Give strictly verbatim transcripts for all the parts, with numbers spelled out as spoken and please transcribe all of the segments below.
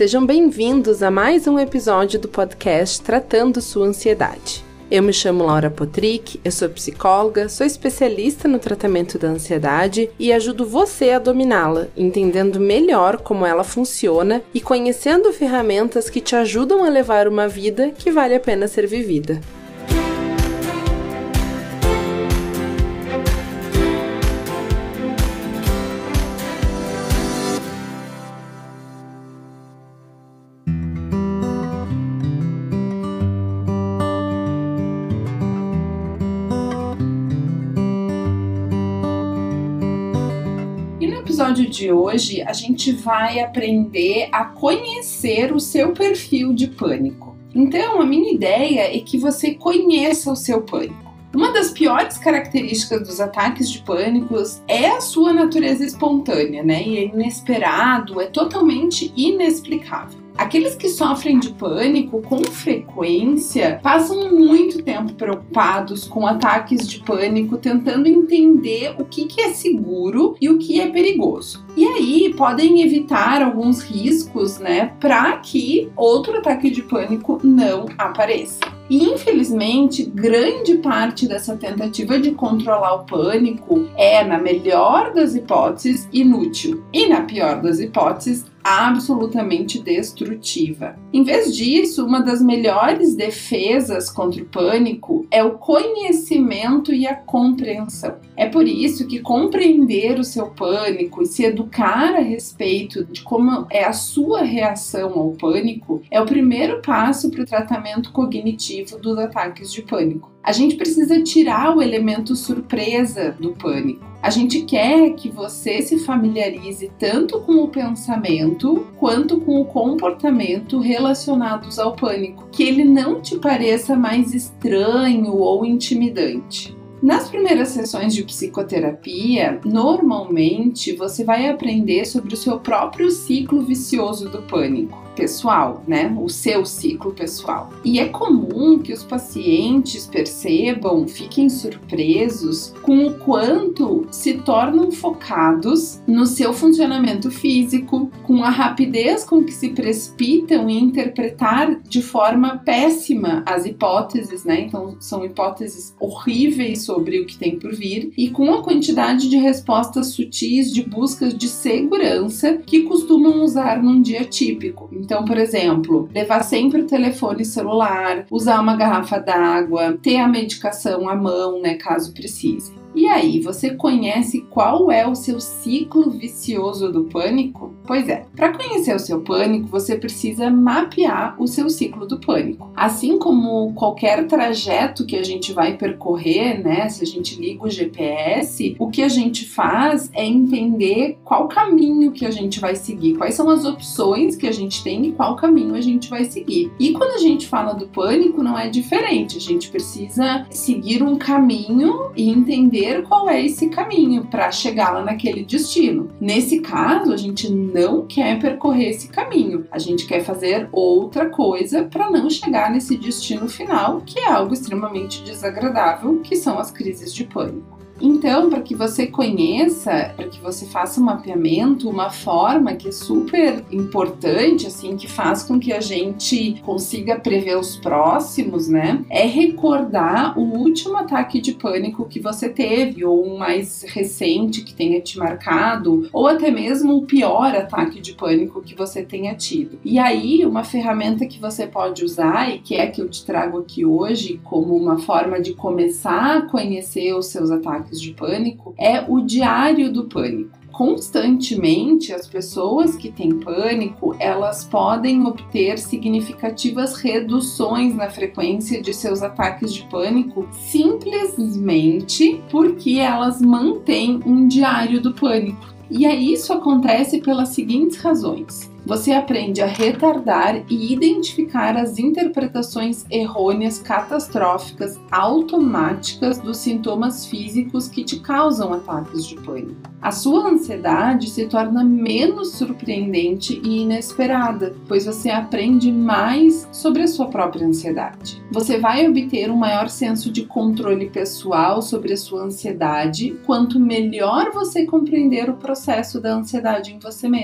Sejam bem-vindos a mais um episódio do podcast Tratando Sua Ansiedade. Eu me chamo Laura Potrick, eu sou psicóloga, sou especialista no tratamento da ansiedade e ajudo você a dominá-la, entendendo melhor como ela funciona e conhecendo ferramentas que te ajudam a levar uma vida que vale a pena ser vivida. No episódio de hoje, a gente vai aprender a conhecer o seu perfil de pânico. Então, a minha ideia é que você conheça o seu pânico. Uma das piores características dos ataques de pânico é a sua natureza espontânea, né? E é inesperado, é totalmente inexplicável. Aqueles que sofrem de pânico com frequência passam muito tempo preocupados com ataques de pânico, tentando entender o que, que é seguro e o que é perigoso. E aí podem evitar alguns riscos, né, para que outro ataque de pânico não apareça. E infelizmente, grande parte dessa tentativa de controlar o pânico é, na melhor das hipóteses, inútil e, na pior das hipóteses, absolutamente destrutiva. Em vez disso, uma das melhores defesas contra o pânico é o conhecimento e a compreensão. É por isso que compreender o seu pânico e se educar a respeito de como é a sua reação ao pânico é o primeiro passo para o tratamento cognitivo dos ataques de pânico. A gente precisa tirar o elemento surpresa do pânico. A gente quer que você se familiarize tanto com o pensamento quanto com o comportamento relacionados ao pânico, que ele não te pareça mais estranho ou intimidante. Nas primeiras sessões de psicoterapia, normalmente você vai aprender sobre o seu próprio ciclo vicioso do pânico pessoal, né? O seu ciclo pessoal. E é comum que os pacientes percebam, fiquem surpresos com o quanto se tornam focados no seu funcionamento físico, com a rapidez com que se precipitam em interpretar de forma péssima as hipóteses, né? Então são hipóteses horríveis sobre o que tem por vir, e com a quantidade de respostas sutis de buscas de segurança que costumam usar num dia típico. Então, por exemplo, levar sempre o telefone celular, usar uma garrafa d'água, ter a medicação à mão, né, caso precise. E aí, você conhece qual é o seu ciclo vicioso do pânico? Pois é, para conhecer o seu pânico, você precisa mapear o seu ciclo do pânico. Assim como qualquer trajeto que a gente vai percorrer, né, se a gente liga o G P S, o que a gente faz é entender qual caminho que a gente vai seguir, quais são as opções que a gente tem e qual caminho a gente vai seguir. E quando a gente fala do pânico, não é diferente, a gente precisa seguir um caminho e entender qual é esse caminho para chegar lá naquele destino. Nesse caso, a gente não quer percorrer esse caminho, a gente quer fazer outra coisa para não chegar nesse destino final, que é algo extremamente desagradável, que são as crises de pânico. Então, para que você conheça, para que você faça um mapeamento, uma forma que é super importante, assim, que faz com que a gente consiga prever os próximos, né, é recordar o último ataque de pânico que você teve, ou um mais recente que tenha te marcado, ou até mesmo o pior ataque de pânico que você tenha tido. E aí, uma ferramenta que você pode usar, e que é a que eu te trago aqui hoje, como uma forma de começar a conhecer os seus ataques de pânico, é o diário do pânico. Constantemente, as pessoas que têm pânico, elas podem obter significativas reduções na frequência de seus ataques de pânico, simplesmente porque elas mantêm um diário do pânico. E aí isso acontece pelas seguintes razões. Você aprende a retardar e identificar as interpretações errôneas, catastróficas, automáticas dos sintomas físicos que te causam ataques de pânico. A sua ansiedade se torna menos surpreendente e inesperada, pois você aprende mais sobre a sua própria ansiedade. Você vai obter um maior senso de controle pessoal sobre a sua ansiedade, quanto melhor você compreender o processo da ansiedade em você mesmo.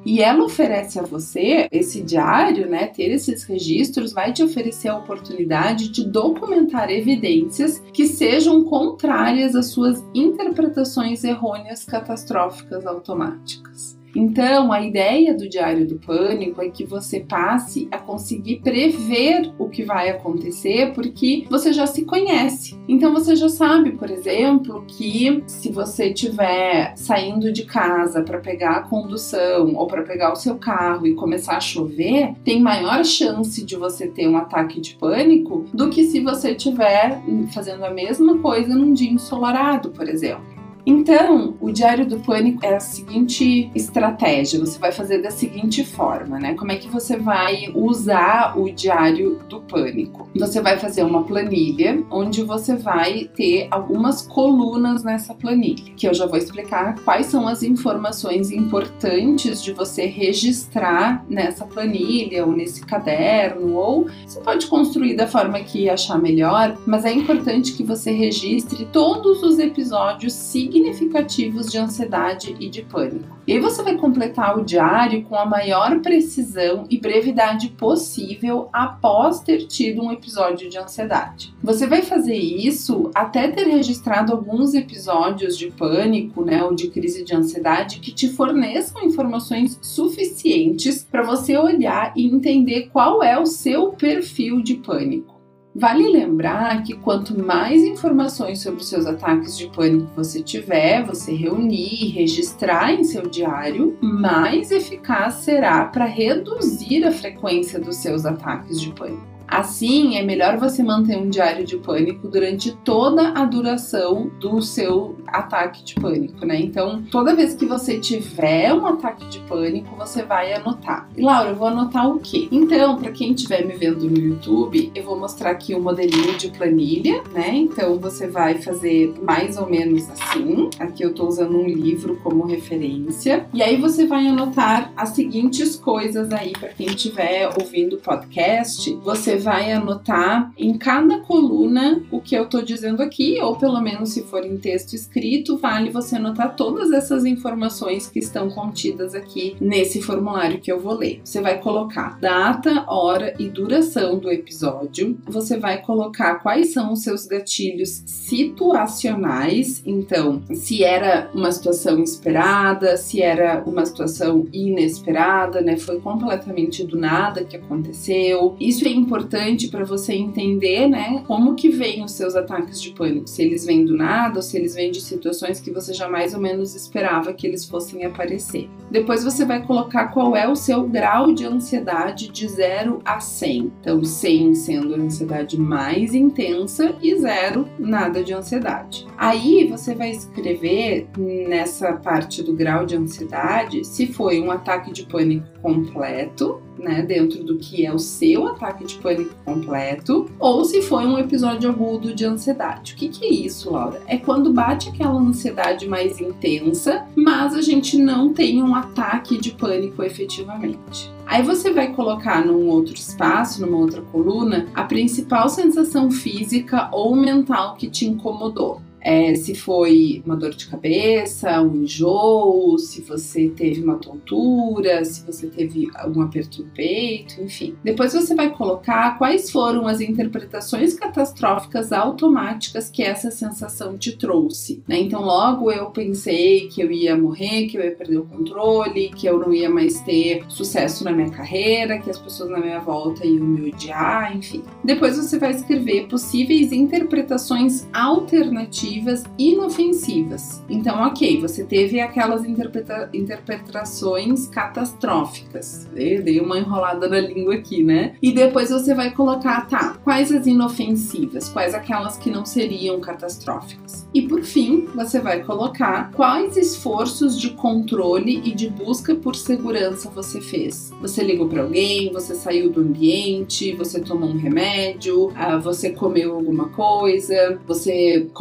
E ela oferece a você, esse diário, né, ter esses registros vai te oferecer a oportunidade de documentar evidências que sejam contrárias às suas interpretações errôneas catastróficas automáticas. Então, a ideia do Diário do Pânico é que você passe a conseguir prever o que vai acontecer, porque você já se conhece. Então, você já sabe, por exemplo, que se você estiver saindo de casa para pegar a condução ou para pegar o seu carro e começar a chover, tem maior chance de você ter um ataque de pânico do que se você estiver fazendo a mesma coisa num dia ensolarado, por exemplo. Então, o Diário do Pânico é a seguinte estratégia, você vai fazer da seguinte forma, né? Como é que você vai usar o Diário do Pânico? Você vai fazer uma planilha, onde você vai ter algumas colunas nessa planilha, que eu já vou explicar quais são as informações importantes de você registrar nessa planilha, ou nesse caderno, ou você pode construir da forma que achar melhor, mas é importante que você registre todos os episódios significativos significativos de ansiedade e de pânico. E aí você vai completar o diário com a maior precisão e brevidade possível após ter tido um episódio de ansiedade. Você vai fazer isso até ter registrado alguns episódios de pânico, né, ou de crise de ansiedade que te forneçam informações suficientes para você olhar e entender qual é o seu perfil de pânico. Vale lembrar que quanto mais informações sobre os seus ataques de pânico você tiver, você reunir e registrar em seu diário, mais eficaz será para reduzir a frequência dos seus ataques de pânico. Assim, é melhor você manter um diário de pânico durante toda a duração do seu ataque de pânico, né? Então, toda vez que você tiver um ataque de pânico, você vai anotar. E, Laura, eu vou anotar o quê? Então, para quem estiver me vendo no YouTube, eu vou mostrar aqui um modelinho de planilha, né? Então, você vai fazer mais ou menos assim. Aqui eu tô usando um livro como referência. E aí você vai anotar as seguintes coisas aí para quem estiver ouvindo o podcast. Você vai anotar em cada coluna o que eu tô dizendo aqui, ou pelo menos se for em texto escrito, vale você anotar todas essas informações que estão contidas aqui nesse formulário que eu vou ler. Você vai colocar data, hora e duração do episódio. Você vai colocar quais são os seus gatilhos situacionais, então, se era uma situação esperada, se era uma situação inesperada, né? Foi completamente do nada que aconteceu. Isso é importante para você entender, né, como que vêm os seus ataques de pânico, se eles vêm do nada ou se eles vêm de situações que você já mais ou menos esperava que eles fossem aparecer. Depois você vai colocar qual é o seu grau de ansiedade de zero a cem. Então, cem sendo a ansiedade mais intensa e zero, nada de ansiedade. Aí você vai escrever nessa parte do grau de ansiedade se foi um ataque de pânico completo, né, dentro do que é o seu ataque de pânico completo, ou se foi um episódio agudo de ansiedade. O que que é isso, Laura? É quando bate aquela ansiedade mais intensa, mas a gente não tem um ataque de pânico efetivamente. Aí você vai colocar num outro espaço, numa outra coluna, a principal sensação física ou mental que te incomodou. É, se foi uma dor de cabeça, um enjoo, se você teve uma tontura, se você teve algum aperto no peito, enfim. Depois você vai colocar quais foram as interpretações catastróficas automáticas que essa sensação te trouxe, né? Então, logo eu pensei que eu ia morrer, que eu ia perder o controle, que eu não ia mais ter sucesso na minha carreira, que as pessoas na minha volta iam me odiar, enfim. Depois você vai escrever possíveis interpretações alternativas inofensivas. Então, ok, você teve aquelas interpreta- interpretações catastróficas. Eu dei uma enrolada na língua aqui, né? E depois você vai colocar, tá, quais as inofensivas? Quais aquelas que não seriam catastróficas? E por fim, você vai colocar quais esforços de controle e de busca por segurança você fez. Você ligou para alguém, você saiu do ambiente, você tomou um remédio, você comeu alguma coisa, você começou a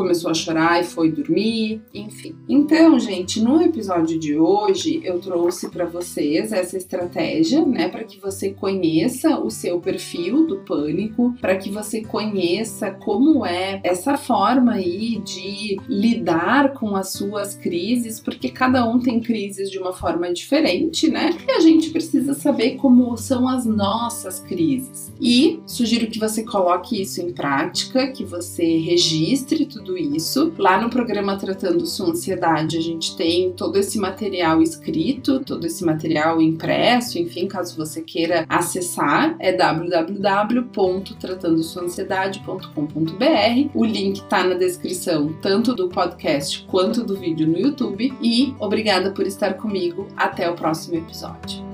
chorar e foi dormir, enfim. Então, gente, no episódio de hoje eu trouxe para vocês essa estratégia, né, para que você conheça o seu perfil do pânico, para que você conheça como é essa forma aí de lidar com as suas crises, porque cada um tem crises de uma forma diferente, né? E a gente precisa saber como são as nossas crises. E sugiro que você coloque isso em prática, que você registre tudo isso. Lá no programa Tratando Sua Ansiedade, a gente tem todo esse material escrito, todo esse material impresso, enfim, caso você queira acessar, é w w w ponto tratando sua ansiedade ponto com ponto b r. O link tá na descrição, tanto do podcast quanto do vídeo no YouTube. E obrigada por estar comigo. Até o próximo episódio.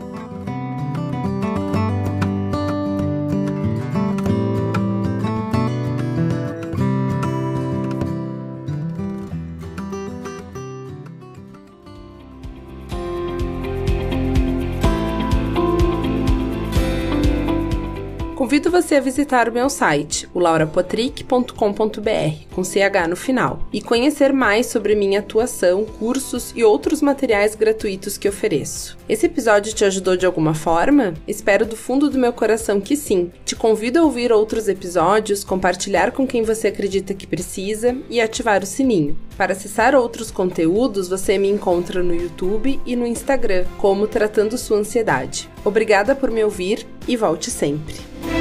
Convido você a visitar o meu site, o laura potrick ponto com ponto b r, com C H no final, e conhecer mais sobre minha atuação, cursos e outros materiais gratuitos que ofereço. Esse episódio te ajudou de alguma forma? Espero do fundo do meu coração que sim. Te convido a ouvir outros episódios, compartilhar com quem você acredita que precisa e ativar o sininho. Para acessar outros conteúdos, você me encontra no YouTube e no Instagram, como Tratando Sua Ansiedade. Obrigada por me ouvir e volte sempre!